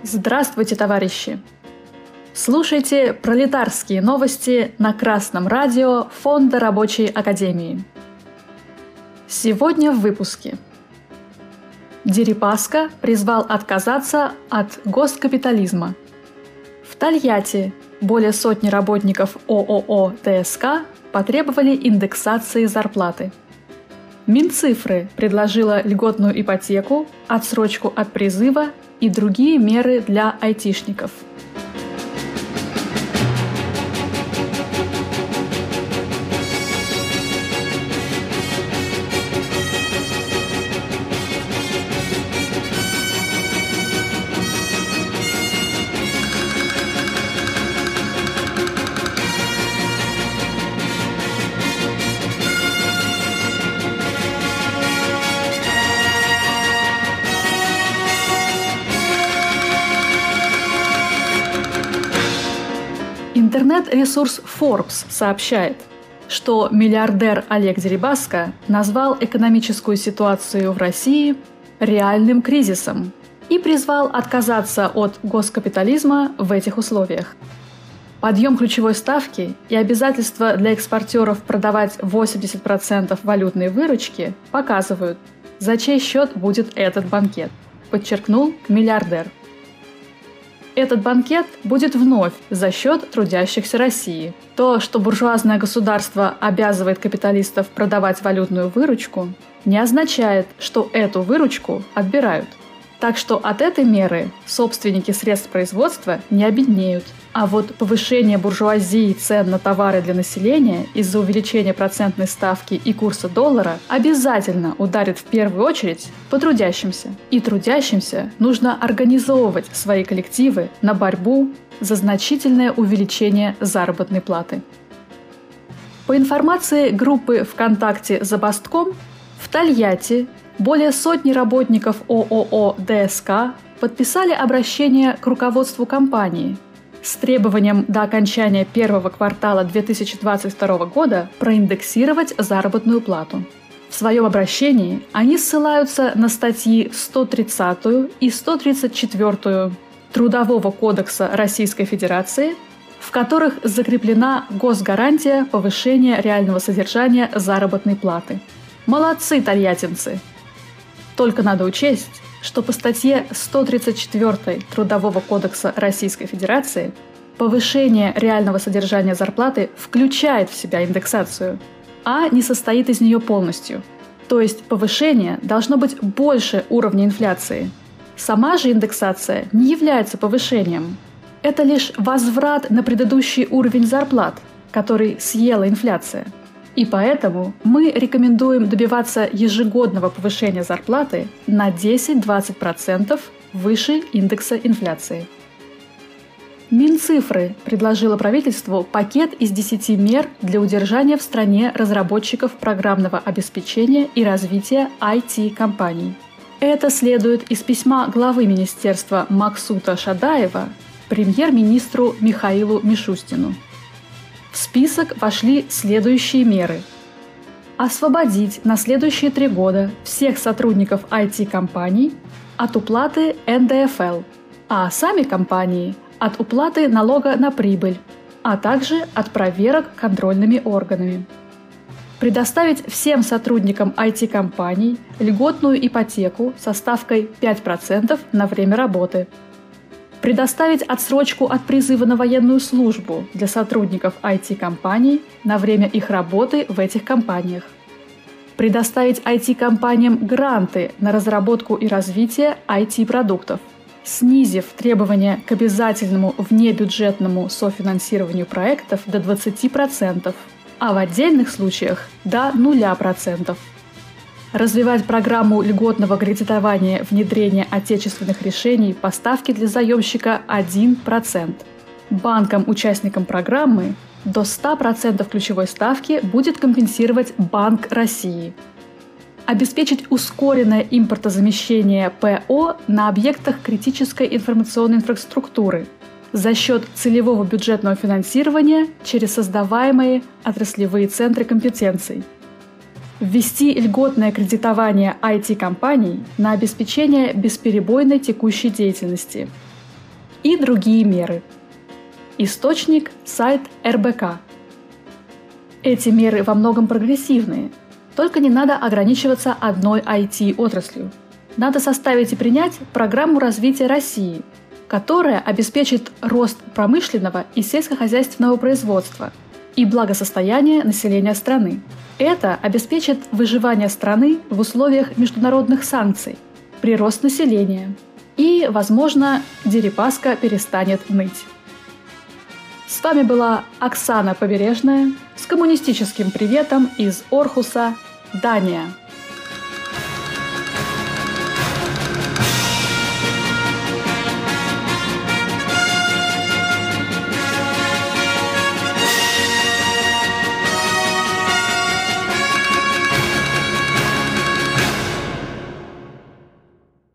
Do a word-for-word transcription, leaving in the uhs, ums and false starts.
Здравствуйте, товарищи! Слушайте пролетарские новости на Красном радио Фонда Рабочей Академии. Сегодня в выпуске. Дерипаска призвал отказаться от госкапитализма. В Тольятти более сотни работников ООО ТСК потребовали индексации зарплаты. Минцифры предложила льготную ипотеку, отсрочку от призыва и другие меры для айтишников. Интернет-ресурс Forbes сообщает, что миллиардер Олег Дерипаска назвал экономическую ситуацию в России реальным кризисом и призвал отказаться от госкапитализма в этих условиях. Подъем ключевой ставки и обязательства для экспортеров продавать восемьдесят процентов валютной выручки показывают, за чей счет будет этот банкет, подчеркнул миллиардер. Этот банкет будет вновь за счет трудящихся России. То, что буржуазное государство обязывает капиталистов продавать валютную выручку, не означает, что эту выручку отбирают. Так что от этой меры собственники средств производства не обеднеют. А вот повышение буржуазии цен на товары для населения из-за увеличения процентной ставки и курса доллара обязательно ударит в первую очередь по трудящимся. И трудящимся нужно организовывать свои коллективы на борьбу за значительное увеличение заработной платы. По информации группы ВКонтакте «Забастком», в Тольятти более сотни работников ООО ДСК подписали обращение к руководству компании с требованием до окончания первого квартала две тысячи двадцать второго года проиндексировать заработную плату. В своем обращении они ссылаются на статьи сто тридцатую и сто тридцать четвёртую Трудового кодекса Российской Федерации, в которых закреплена госгарантия повышения реального содержания заработной платы. Молодцы, тольяттинцы! Только надо учесть, что по статье сто тридцать четвёртой Трудового кодекса Российской Федерации повышение реального содержания зарплаты включает в себя индексацию, а не состоит из нее полностью. То есть повышение должно быть больше уровня инфляции. Сама же индексация не является повышением. Это лишь возврат на предыдущий уровень зарплат, который съела инфляция. И поэтому мы рекомендуем добиваться ежегодного повышения зарплаты на десять-двадцать процентов выше индекса инфляции. Минцифры предложила правительству пакет из десяти мер для удержания в стране разработчиков программного обеспечения и развития ай ти-компаний. Это следует из письма главы министерства Максута Шадаева премьер-министру Михаилу Мишустину. В список вошли следующие меры. Освободить на следующие три года всех сотрудников ай ти-компаний от уплаты эн дэ эф эл, а сами компании от уплаты налога на прибыль, а также от проверок контрольными органами. Предоставить всем сотрудникам ай ти-компаний льготную ипотеку со ставкой пять процентов на время работы. Предоставить отсрочку от призыва на военную службу для сотрудников ай ти-компаний на время их работы в этих компаниях. Предоставить ай ти-компаниям гранты на разработку и развитие ай ти-продуктов, снизив требования к обязательному внебюджетному софинансированию проектов до двадцати процентов, а в отдельных случаях до нуля процентов. Развивать программу льготного кредитования внедрения отечественных решений по ставке для заемщика один процент. Банкам-участникам программы до ста процентов ключевой ставки будет компенсировать Банк России. Обеспечить ускоренное импортозамещение ПО на объектах критической информационной инфраструктуры за счет целевого бюджетного финансирования через создаваемые отраслевые центры компетенций. Ввести льготное кредитование ай ти-компаний на обеспечение бесперебойной текущей деятельности. и другие меры. Источник – сайт эр бэ ка. Эти меры во многом прогрессивные, только не надо ограничиваться одной ай ти-отраслью. Надо составить и принять программу развития России, которая обеспечит рост промышленного и сельскохозяйственного производства и благосостояние населения страны. Это обеспечит выживание страны в условиях международных санкций, прирост населения и, возможно, Дерипаска перестанет ныть. С вами была Оксана Побережная с коммунистическим приветом из Орхуса, Дания.